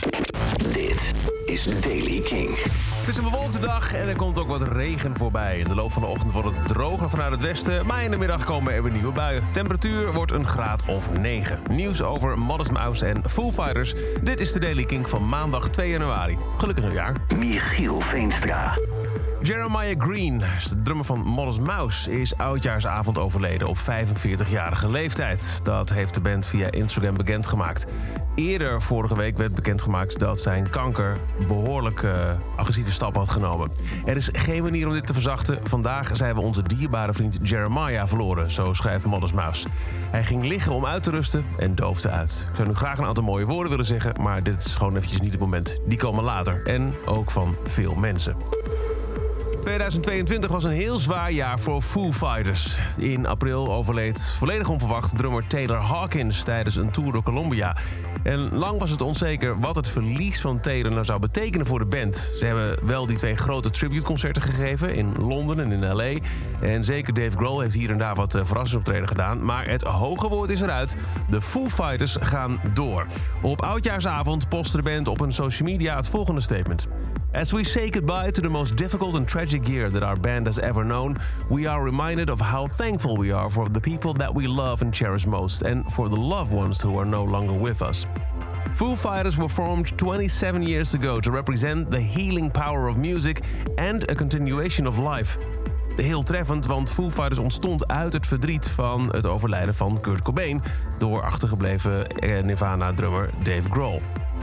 Dit is Daily King. Het is een bewolkte dag en er komt ook wat regen voorbij. In de loop van de ochtend wordt het droger vanuit het westen, maar in de middag komen er weer nieuwe buien. Temperatuur wordt een graad of 9. Nieuws over Modest Mouse en Foo Fighters. Dit is de Daily King van maandag 2 januari. Gelukkig nieuwjaar. Michiel Veenstra. Jeremiah Green, de drummer van Modest Mouse, is oudjaarsavond overleden op 45-jarige leeftijd. Dat heeft de band via Instagram bekendgemaakt. Eerder vorige week werd bekendgemaakt dat zijn kanker behoorlijk agressieve stappen had genomen. Er is geen manier om dit te verzachten. Vandaag zijn we onze dierbare vriend Jeremiah verloren, zo schrijft Modest Mouse. Hij ging liggen om uit te rusten en doofde uit. Ik zou nu graag een aantal mooie woorden willen zeggen, maar dit is gewoon eventjes niet het moment. Die komen later en ook van veel mensen. 2022 was een heel zwaar jaar voor Foo Fighters. In april overleed volledig onverwacht drummer Taylor Hawkins tijdens een tour door Colombia. En lang was het onzeker wat het verlies van Taylor nou zou betekenen voor de band. Ze hebben wel die 2 grote tributeconcerten gegeven in Londen en in L.A. En zeker Dave Grohl heeft hier en daar wat verrassingsoptreden gedaan. Maar het hoge woord is eruit. De Foo Fighters gaan door. Op oudjaarsavond postte de band op hun social media het volgende statement. As we say goodbye to the most difficult and tragic year that our band has ever known, we are reminded of how thankful we are for the people that we love and cherish most, and for the loved ones who are no longer with us. Foo Fighters were formed 27 years ago to represent the healing power of music and a continuation of life. Heel treffend, want Foo Fighters ontstond uit het verdriet van het overlijden van Kurt Cobain door achtergebleven Nirvana-drummer Dave Grohl.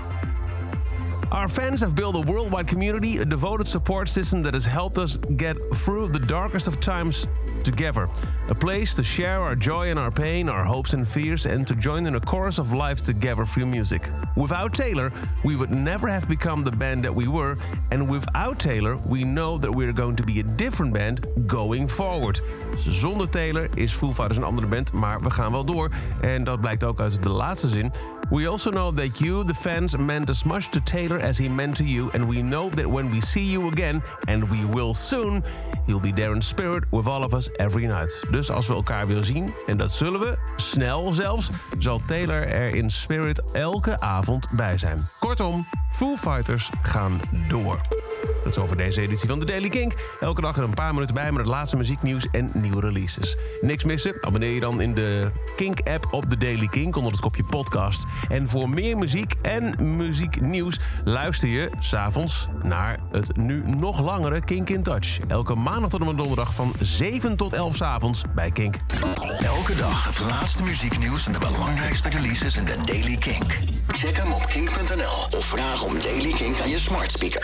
Our fans have built a worldwide community, a devoted support system that has helped us get through the darkest of times together. A place to share our joy and our pain, our hopes and fears, and to join in a chorus of life together through music. Without Taylor, we would never have become the band that we were. And without Taylor, we know that we're going to be a different band going forward. Zonder Taylor is Foo Fighters een andere band, maar we gaan wel door. En dat blijkt ook uit de laatste zin. We also know that you, the fans, meant as much to Taylor as he meant to you, and we know that when we see you again, and we will soon, he'll be there in spirit with all of us every night. Dus als we elkaar weer zien, en dat zullen we, snel zelfs, zal Taylor er in spirit elke avond bij zijn. Kortom, Foo Fighters gaan door. Dat is over deze editie van The Daily King. Elke dag er een paar minuten bij met het laatste muzieknieuws en nieuwe releases. Niks missen? Abonneer je dan in de Kink-app op The Daily King onder het kopje podcast. En voor meer muziek en muzieknieuws luister je 's avonds naar het nu nog langere Kink in Touch. Elke maandag tot en met donderdag van 7 tot 11 's avonds bij Kink. Elke dag het laatste muzieknieuws en de belangrijkste releases in de Daily King. Check hem op kink.nl of vraag om Daily King aan je smart speaker.